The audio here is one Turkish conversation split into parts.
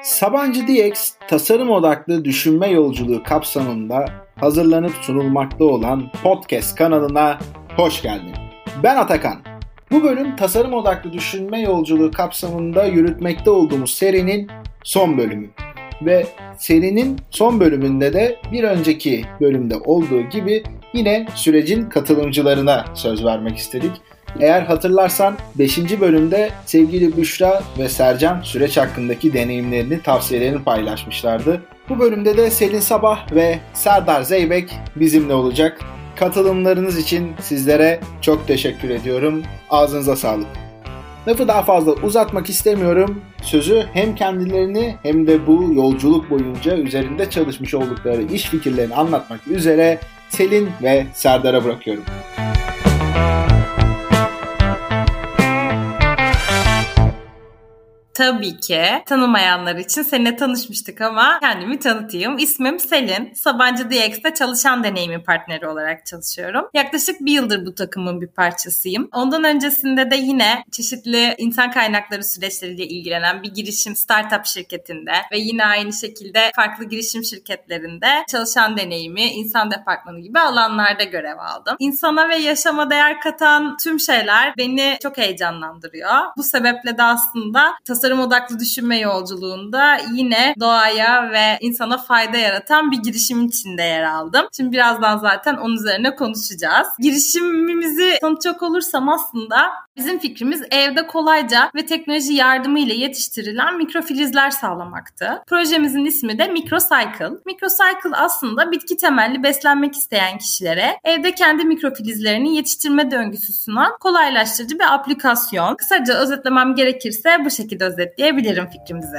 Sabancı DX, tasarım odaklı düşünme yolculuğu kapsamında hazırlanıp sunulmakta olan podcast kanalına hoş geldin. Ben Atakan. Bu bölüm tasarım odaklı düşünme yolculuğu kapsamında yürütmekte olduğumuz serinin son bölümü. Ve serinin son bölümünde de bir önceki bölümde olduğu gibi yine sürecin katılımcılarına söz vermek istedik. Eğer hatırlarsan 5. bölümde sevgili Büşra ve Sercan süreç hakkındaki deneyimlerini, tavsiyelerini paylaşmışlardı. Bu bölümde de Selin Sabah ve Serdar Zeybek bizimle olacak. Katılımlarınız için sizlere çok teşekkür ediyorum. Ağzınıza sağlık. Lafı daha fazla uzatmak istemiyorum. Sözü hem kendilerini hem de bu yolculuk boyunca üzerinde çalışmış oldukları iş fikirlerini anlatmak üzere Selin ve Serdar'a bırakıyorum. Tabii ki. Tanımayanlar için seninle tanışmıştık ama kendimi tanıtayım. İsmim Selin. Sabancı DX'te çalışan deneyimi partneri olarak çalışıyorum. Yaklaşık bir yıldır bu takımın bir parçasıyım. Ondan öncesinde de yine çeşitli insan kaynakları süreçleriyle ilgilenen bir girişim startup şirketinde ve yine aynı şekilde farklı girişim şirketlerinde çalışan deneyimi, insan departmanı gibi alanlarda görev aldım. İnsana ve yaşama değer katan tüm şeyler beni çok heyecanlandırıyor. Bu sebeple de aslında tasarım odaklı düşünme yolculuğunda yine doğaya ve insana fayda yaratan bir girişim içinde yer aldım. Şimdi birazdan zaten onun üzerine konuşacağız. Girişimimizi tanıtacak olursam aslında bizim fikrimiz evde kolayca ve teknoloji yardımıyla yetiştirilen mikrofilizler sağlamaktı. Projemizin ismi de Microcycle. Microcycle aslında bitki temelli beslenmek isteyen kişilere evde kendi mikrofilizlerini yetiştirme döngüsü sunan kolaylaştırıcı bir aplikasyon. Kısaca özetlemem gerekirse bu şekilde özetleyebilirim fikrimizi.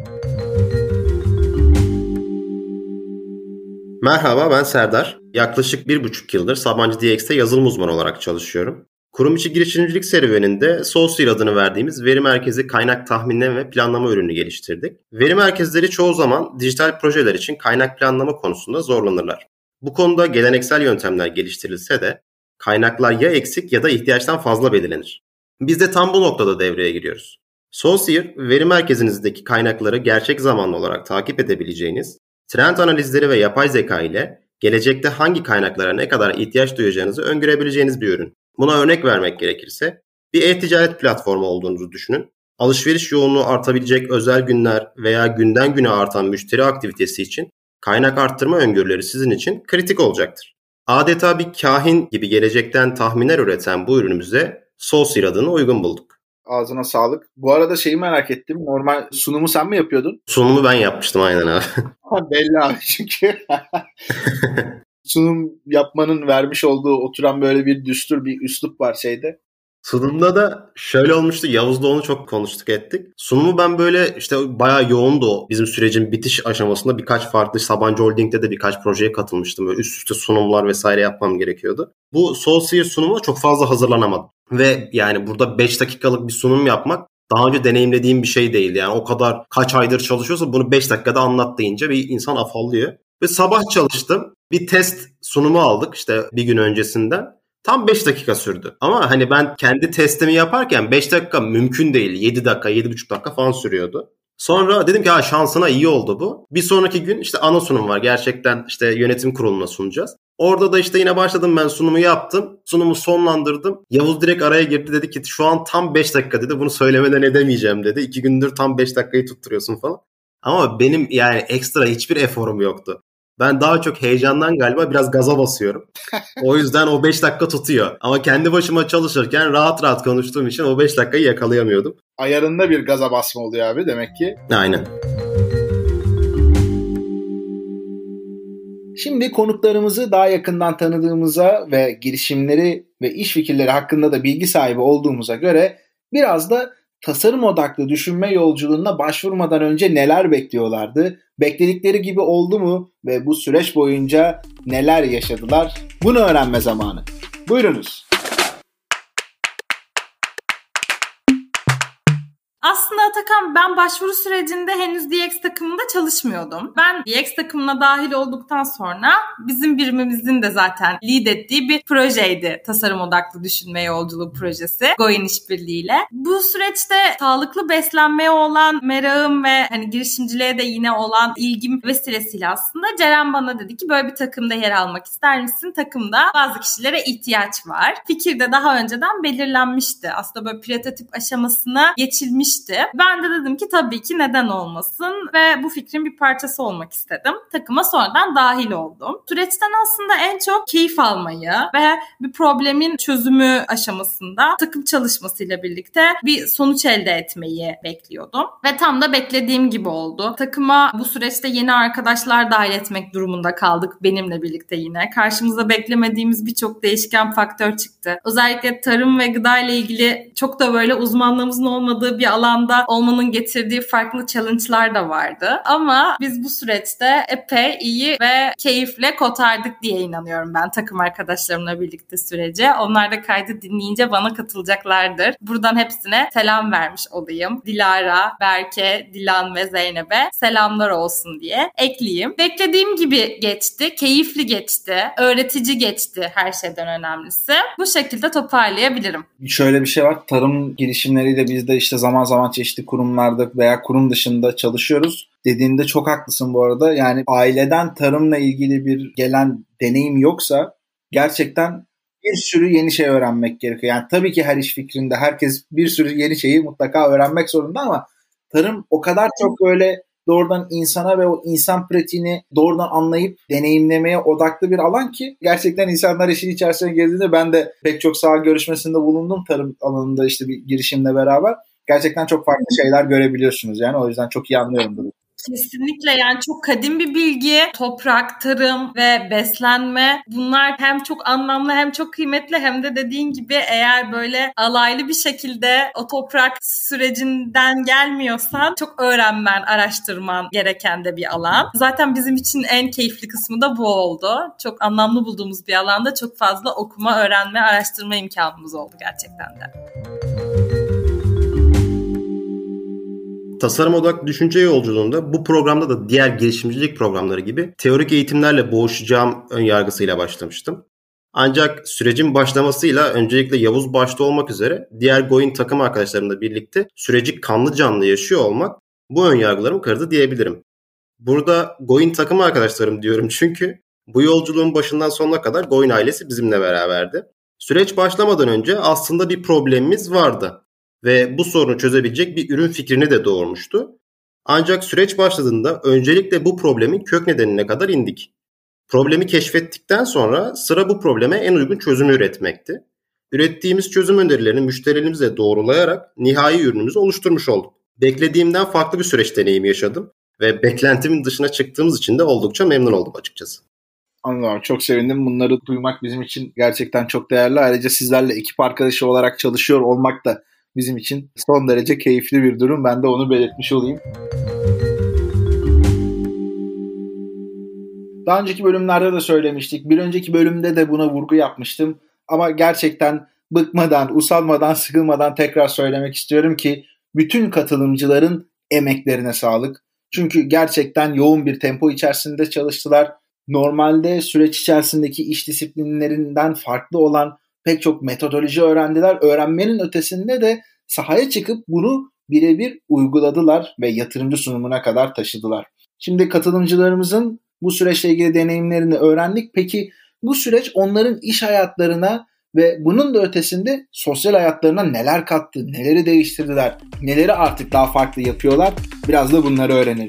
Merhaba, ben Serdar. Yaklaşık 1,5 yıldır Sabancı DX'te yazılım uzmanı olarak çalışıyorum. Kurum içi girişimcilik serüveninde Soulseer adını verdiğimiz veri merkezi kaynak tahminleme ve planlama ürünü geliştirdik. Veri merkezleri çoğu zaman dijital projeler için kaynak planlama konusunda zorlanırlar. Bu konuda geleneksel yöntemler geliştirilse de kaynaklar ya eksik ya da ihtiyaçtan fazla belirlenir. Biz de tam bu noktada devreye giriyoruz. Soulseer, veri merkezinizdeki kaynakları gerçek zamanlı olarak takip edebileceğiniz, trend analizleri ve yapay zeka ile gelecekte hangi kaynaklara ne kadar ihtiyaç duyacağınızı öngörebileceğiniz bir ürün. Buna örnek vermek gerekirse, bir e-ticaret platformu olduğunuzu düşünün. Alışveriş yoğunluğu artabilecek özel günler veya günden güne artan müşteri aktivitesi için kaynak arttırma öngörüleri sizin için kritik olacaktır. Adeta bir kahin gibi gelecekten tahminler üreten bu ürünümüze Soulseer adını uygun bulduk. Ağzına sağlık. Bu arada şeyi merak ettim. Normal sunumu sen mi yapıyordun? Sunumu ben yapmıştım aynen abi. Belli abi çünkü. Sunum yapmanın vermiş olduğu oturan böyle bir düstur, bir üslup var şeyde. Sunumda da şöyle olmuştu. Yavuz'la onu çok konuştuk ettik. Sunumu ben böyle işte bayağı yoğundu o. Bizim sürecin bitiş aşamasında birkaç farklı Sabancı Holding'de de birkaç projeye katılmıştım. Böyle üst üste sunumlar vesaire yapmam gerekiyordu. Bu Soulseer sunumuna çok fazla hazırlanamadım. Ve yani burada 5 dakikalık bir sunum yapmak daha önce deneyimlediğim bir şey değildi. Yani o kadar kaç aydır çalışıyorsa bunu 5 dakikada anlat deyince bir insan afallıyor. Ve sabah çalıştım. Bir test sunumu aldık işte bir gün öncesinden. Tam 5 dakika sürdü. Ama hani ben kendi testimi yaparken 5 dakika mümkün değil. 7 dakika, 7,5 dakika falan sürüyordu. Sonra dedim ki şansına iyi oldu bu. Bir sonraki gün işte ana sunum var. Gerçekten işte yönetim kuruluna sunacağız. Orada da işte yine başladım, ben sunumu yaptım. Sunumu sonlandırdım. Yavuz direkt araya girdi, dedi ki şu an tam 5 dakika dedi. Bunu söylemeden edemeyeceğim dedi. 2 gündür tam 5 dakikayı tutturuyorsun falan. Ama benim yani ekstra hiçbir eforum yoktu. Ben daha çok heyecandan galiba biraz gaza basıyorum. O yüzden o 5 dakika tutuyor. Ama kendi başıma çalışırken rahat rahat konuştuğum için o 5 dakikayı yakalayamıyordum. Ayarında bir gaza basma oluyor abi demek ki. Aynen. Şimdi konuklarımızı daha yakından tanıdığımıza ve girişimleri ve iş fikirleri hakkında da bilgi sahibi olduğumuza göre biraz da tasarım odaklı düşünme yolculuğuna başvurmadan önce neler bekliyorlardı? Bekledikleri gibi oldu mu ve bu süreç boyunca neler yaşadılar? Bunu öğrenme zamanı. Buyurunuz. Aslında Atakan, ben başvuru sürecinde henüz DX takımında çalışmıyordum. Ben DX takımına dahil olduktan sonra bizim birimimizin de zaten lead ettiği bir projeydi. Tasarım odaklı düşünme yolculuğu projesi. Goin işbirliğiyle. Bu süreçte sağlıklı beslenmeye olan merakım ve hani girişimciliğe de yine olan ilgim vesilesiyle aslında Ceren bana dedi ki böyle bir takımda yer almak ister misin? Takımda bazı kişilere ihtiyaç var. Fikir de daha önceden belirlenmişti. Aslında böyle prototip aşamasına geçilmişti. Ben de dedim ki tabii ki neden olmasın ve bu fikrin bir parçası olmak istedim. Takıma sonradan dahil oldum. Süreçten aslında en çok keyif almayı ve bir problemin çözümü aşamasında takım çalışmasıyla birlikte bir sonuç elde etmeyi bekliyordum. Ve tam da beklediğim gibi oldu. Takıma bu süreçte yeni arkadaşlar dahil etmek durumunda kaldık benimle birlikte yine. Karşımıza beklemediğimiz birçok değişken faktör çıktı. Özellikle tarım ve gıda ile ilgili çok da böyle uzmanlığımızın olmadığı bir alanda olmanın getirdiği farklı challenge'lar da vardı. Ama biz bu süreçte epey iyi ve keyifle kotardık diye inanıyorum ben takım arkadaşlarımla birlikte sürece. Onlar da kaydı dinleyince bana katılacaklardır. Buradan hepsine selam vermiş olayım. Dilara, Berke, Dilan ve Zeynep'e selamlar olsun diye ekleyeyim. Beklediğim gibi geçti, keyifli geçti, öğretici geçti her şeyden önemlisi. Bu şekilde toparlayabilirim. Şöyle bir şey var. Tarım girişimleriyle biz de işte zaman zaman çeşitli kurumlarda veya kurum dışında çalışıyoruz. Dediğinde çok haklısın bu arada. Yani aileden tarımla ilgili bir gelen deneyim yoksa gerçekten bir sürü yeni şey öğrenmek gerekiyor. Yani tabii ki her iş fikrinde herkes bir sürü yeni şeyi mutlaka öğrenmek zorunda ama tarım o kadar çok böyle doğrudan insana ve o insan pratiğini doğrudan anlayıp deneyimlemeye odaklı bir alan ki gerçekten insanlar işin içerisine girdiğinde ben de pek çok saha görüşmesinde bulundum tarım alanında işte bir girişimle beraber. Gerçekten çok farklı şeyler görebiliyorsunuz yani o yüzden çok iyi anlıyorum bunu. Kesinlikle, yani çok kadim bir bilgi. Toprak, tarım ve beslenme, bunlar hem çok anlamlı hem çok kıymetli hem de dediğin gibi eğer böyle alaylı bir şekilde o toprak sürecinden gelmiyorsan çok öğrenmen, araştırman gereken de bir alan. Zaten bizim için en keyifli kısmı da bu oldu. Çok anlamlı bulduğumuz bir alanda çok fazla okuma, öğrenme, araştırma imkanımız oldu gerçekten de. Tasarım odaklı düşünce yolculuğunda bu programda da diğer girişimcilik programları gibi teorik eğitimlerle boğuşacağım önyargısıyla başlamıştım. Ancak sürecin başlamasıyla öncelikle Yavuz başta olmak üzere diğer Goin takım arkadaşlarımla birlikte süreci kanlı canlı yaşıyor olmak bu önyargılarımı kırdı diyebilirim. Burada Goin takım arkadaşlarım diyorum çünkü bu yolculuğun başından sonuna kadar Goin ailesi bizimle beraberdi. Süreç başlamadan önce aslında bir problemimiz vardı. Ve bu sorunu çözebilecek bir ürün fikrini de doğurmuştu. Ancak süreç başladığında öncelikle bu problemin kök nedenine kadar indik. Problemi keşfettikten sonra sıra bu probleme en uygun çözümü üretmekti. Ürettiğimiz çözüm önerilerini müşterilerimizle doğrulayarak nihai ürünümüzü oluşturmuş olduk. Beklediğimden farklı bir süreç deneyimi yaşadım ve beklentimin dışına çıktığımız için de oldukça memnun oldum açıkçası. Anladım. Çok sevindim. Bunları duymak bizim için gerçekten çok değerli. Ayrıca sizlerle ekip arkadaşı olarak çalışıyor olmak da bizim için son derece keyifli bir durum. Ben de onu belirtmiş olayım. Daha önceki bölümlerde de söylemiştik. Bir önceki bölümde de buna vurgu yapmıştım. Ama gerçekten bıkmadan, usanmadan, sıkılmadan tekrar söylemek istiyorum ki bütün katılımcıların emeklerine sağlık. Çünkü gerçekten yoğun bir tempo içerisinde çalıştılar. Normalde süreç içerisindeki iş disiplinlerinden farklı olan pek çok metodoloji öğrendiler. Öğrenmenin ötesinde de sahaya çıkıp bunu birebir uyguladılar ve yatırımcı sunumuna kadar taşıdılar. Şimdi katılımcılarımızın bu süreçle ilgili deneyimlerini öğrendik. Peki bu süreç onların iş hayatlarına ve bunun da ötesinde sosyal hayatlarına neler kattı, neleri değiştirdiler, neleri artık daha farklı yapıyorlar? Biraz da bunları öğrenelim.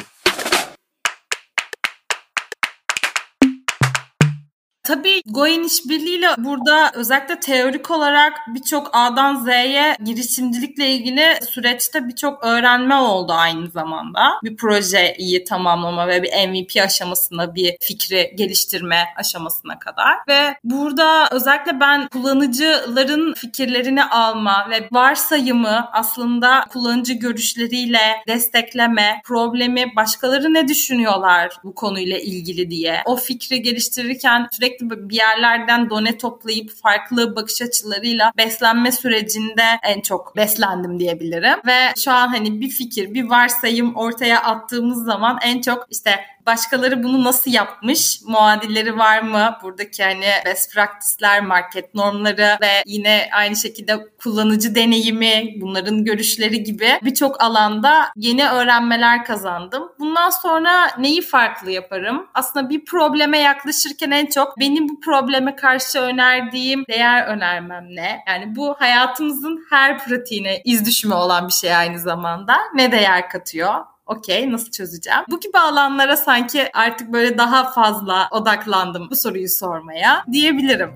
Tabii Goin işbirliğiyle burada özellikle teorik olarak birçok A'dan Z'ye girişimcilikle ilgili süreçte birçok öğrenme oldu aynı zamanda. Bir projeyi tamamlama ve bir MVP aşamasında bir fikri geliştirme aşamasına kadar. Ve burada özellikle ben kullanıcıların fikirlerini alma ve varsayımı aslında kullanıcı görüşleriyle destekleme, problemi başkaları ne düşünüyorlar bu konuyla ilgili diye o fikri geliştirirken sürekli sürekli bir yerlerden done toplayıp farklı bakış açılarıyla beslenme sürecinde en çok beslendim diyebilirim. Ve şu an hani bir fikir, bir varsayım ortaya attığımız zaman en çok işte başkaları bunu nasıl yapmış, muadilleri var mı? Buradaki hani best practice'ler, market normları ve yine aynı şekilde kullanıcı deneyimi, bunların görüşleri gibi birçok alanda yeni öğrenmeler kazandım. Bundan sonra neyi farklı yaparım? Aslında bir probleme yaklaşırken en çok benim bu probleme karşı önerdiğim değer önermem ne? Yani bu hayatımızın her pratiğine iz düşümü olan bir şey aynı zamanda. Ne değer katıyor? Okey, nasıl çözeceğim? Bu gibi alanlara sanki artık böyle daha fazla odaklandım bu soruyu sormaya diyebilirim.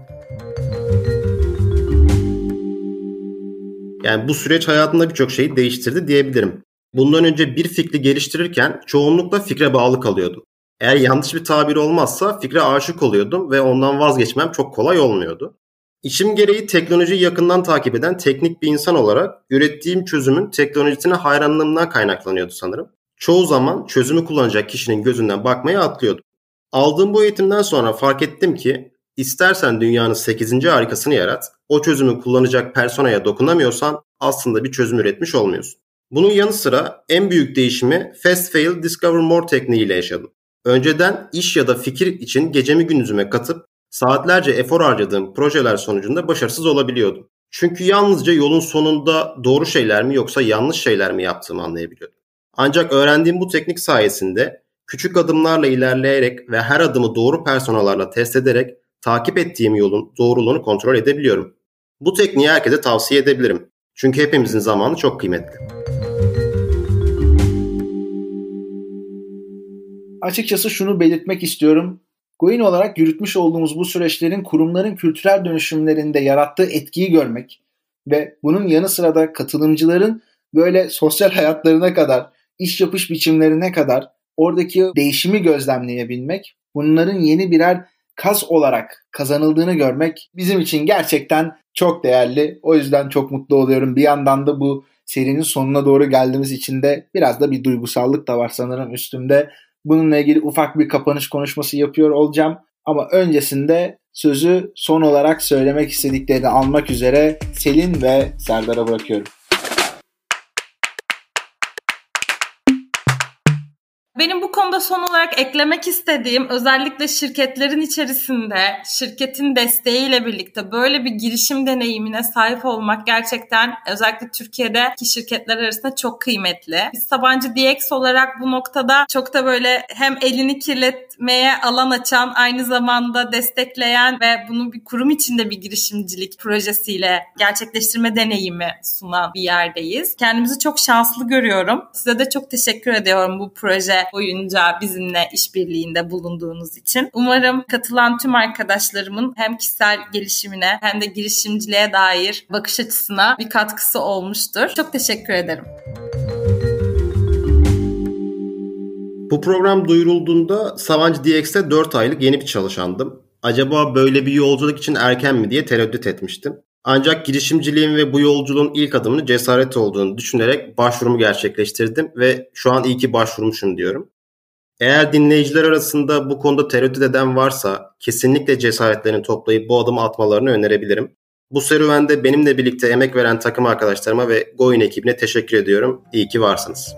Yani bu süreç hayatımda birçok şeyi değiştirdi diyebilirim. Bundan önce bir fikri geliştirirken çoğunlukla fikre bağlı kalıyordum. Eğer yanlış bir tabir olmazsa fikre aşık oluyordum ve ondan vazgeçmem çok kolay olmuyordu. İşim gereği teknolojiyi yakından takip eden teknik bir insan olarak ürettiğim çözümün teknolojisine hayranlığımdan kaynaklanıyordu sanırım. Çoğu zaman çözümü kullanacak kişinin gözünden bakmaya atlıyordum. Aldığım bu eğitimden sonra fark ettim ki istersen dünyanın 8. harikasını yarat, o çözümü kullanacak personaya dokunamıyorsan aslında bir çözüm üretmiş olmuyorsun. Bunun yanı sıra en büyük değişimi Fast Fail Discover More tekniğiyle yaşadım. Önceden iş ya da fikir için gecemi gündüzüme katıp saatlerce efor harcadığım projeler sonucunda başarısız olabiliyordum. Çünkü yalnızca yolun sonunda doğru şeyler mi yoksa yanlış şeyler mi yaptığımı anlayabiliyordum. Ancak öğrendiğim bu teknik sayesinde küçük adımlarla ilerleyerek ve her adımı doğru personalarla test ederek takip ettiğim yolun doğruluğunu kontrol edebiliyorum. Bu tekniği herkese tavsiye edebilirim. Çünkü hepimizin zamanı çok kıymetli. Açıkçası şunu belirtmek istiyorum. Goin olarak yürütmüş olduğumuz bu süreçlerin kurumların kültürel dönüşümlerinde yarattığı etkiyi görmek ve bunun yanı sıra da katılımcıların böyle sosyal hayatlarına kadar, iş yapış biçimlerine kadar oradaki değişimi gözlemleyebilmek, bunların yeni birer kaz olarak kazanıldığını görmek bizim için gerçekten çok değerli. O yüzden çok mutlu oluyorum. Bir yandan da bu serinin sonuna doğru geldiğimiz için de biraz da bir duygusallık da var sanırım üstümde. Bununla ilgili ufak bir kapanış konuşması yapıyor olacağım. Ama öncesinde sözü son olarak söylemek istediklerini almak üzere Selin ve Serdar'a bırakıyorum. Benim bu konuda son olarak eklemek istediğim, özellikle şirketlerin içerisinde şirketin desteğiyle birlikte böyle bir girişim deneyimine sahip olmak gerçekten özellikle Türkiye'deki şirketler arasında çok kıymetli. Biz Sabancı DX olarak bu noktada çok da böyle hem elini kirletmeye alan açan, aynı zamanda destekleyen ve bunu bir kurum içinde bir girişimcilik projesiyle gerçekleştirme deneyimi sunan bir yerdeyiz. Kendimizi çok şanslı görüyorum. Size de çok teşekkür ediyorum bu proje boyunca bizimle işbirliğinde bulunduğunuz için. Umarım katılan tüm arkadaşlarımın hem kişisel gelişimine hem de girişimciliğe dair bakış açısına bir katkısı olmuştur. Çok teşekkür ederim. Bu program duyurulduğunda Sabancı DX'te 4 aylık yeni bir çalışandım. Acaba böyle bir yolculuk için erken mi diye tereddüt etmiştim. Ancak girişimciliğin ve bu yolculuğun ilk adımının cesaret olduğunu düşünerek başvurumu gerçekleştirdim ve şu an iyi ki başvurmuşum diyorum. Eğer dinleyiciler arasında bu konuda tereddüt eden varsa kesinlikle cesaretlerini toplayıp bu adımı atmalarını önerebilirim. Bu serüvende benimle birlikte emek veren takım arkadaşlarıma ve Goin ekibine teşekkür ediyorum. İyi ki varsınız.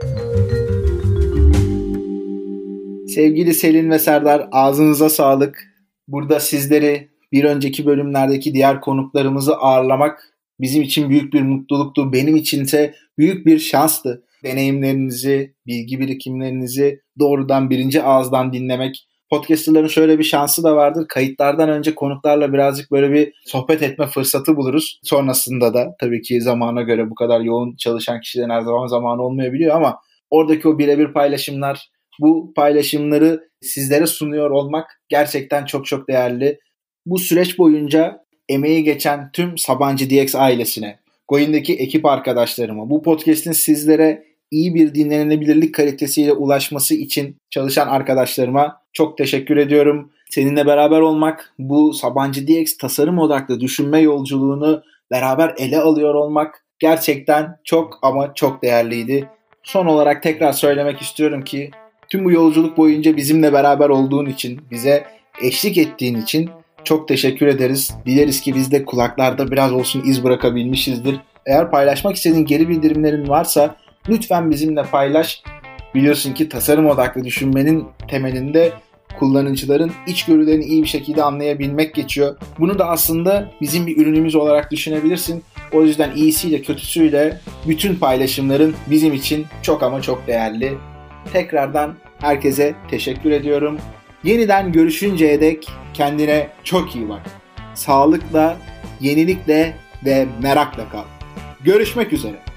Sevgili Selin ve Serdar, ağzınıza sağlık. Burada sizleri bir önceki bölümlerdeki diğer konuklarımızı ağırlamak bizim için büyük bir mutluluktu. Benim içinse büyük bir şanstı. Deneyimlerinizi, bilgi birikimlerinizi doğrudan birinci ağızdan dinlemek. Podcast'ların şöyle bir şansı da vardır. Kayıtlardan önce konuklarla birazcık böyle bir sohbet etme fırsatı buluruz. Sonrasında da tabii ki zamana göre bu kadar yoğun çalışan kişilerin her zaman zamanı olmayabiliyor ama oradaki o birebir paylaşımlar, bu paylaşımları sizlere sunuyor olmak gerçekten çok çok değerli. Bu süreç boyunca emeği geçen tüm Sabancı DX ailesine, Goin'deki ekip arkadaşlarıma, bu podcast'in sizlere iyi bir dinlenebilirlik kalitesiyle ulaşması için çalışan arkadaşlarıma çok teşekkür ediyorum. Seninle beraber olmak, bu Sabancı DX tasarım odaklı düşünme yolculuğunu beraber ele alıyor olmak gerçekten çok ama çok değerliydi. Son olarak tekrar söylemek istiyorum ki tüm bu yolculuk boyunca bizimle beraber olduğun için, bize eşlik ettiğin için çok teşekkür ederiz. Dileriz ki biz de kulaklarda biraz olsun iz bırakabilmişizdir. Eğer paylaşmak istediğin geri bildirimlerin varsa lütfen bizimle paylaş. Biliyorsun ki tasarım odaklı düşünmenin temelinde kullanıcıların içgörülerini iyi bir şekilde anlayabilmek geçiyor. Bunu da aslında bizim bir ürünümüz olarak düşünebilirsin. O yüzden iyisiyle kötüsüyle bütün paylaşımların bizim için çok ama çok değerli. Tekrardan herkese teşekkür ediyorum. Yeniden görüşünceye dek kendine çok iyi bak. Sağlıkla, yenilikle ve merakla kal. Görüşmek üzere.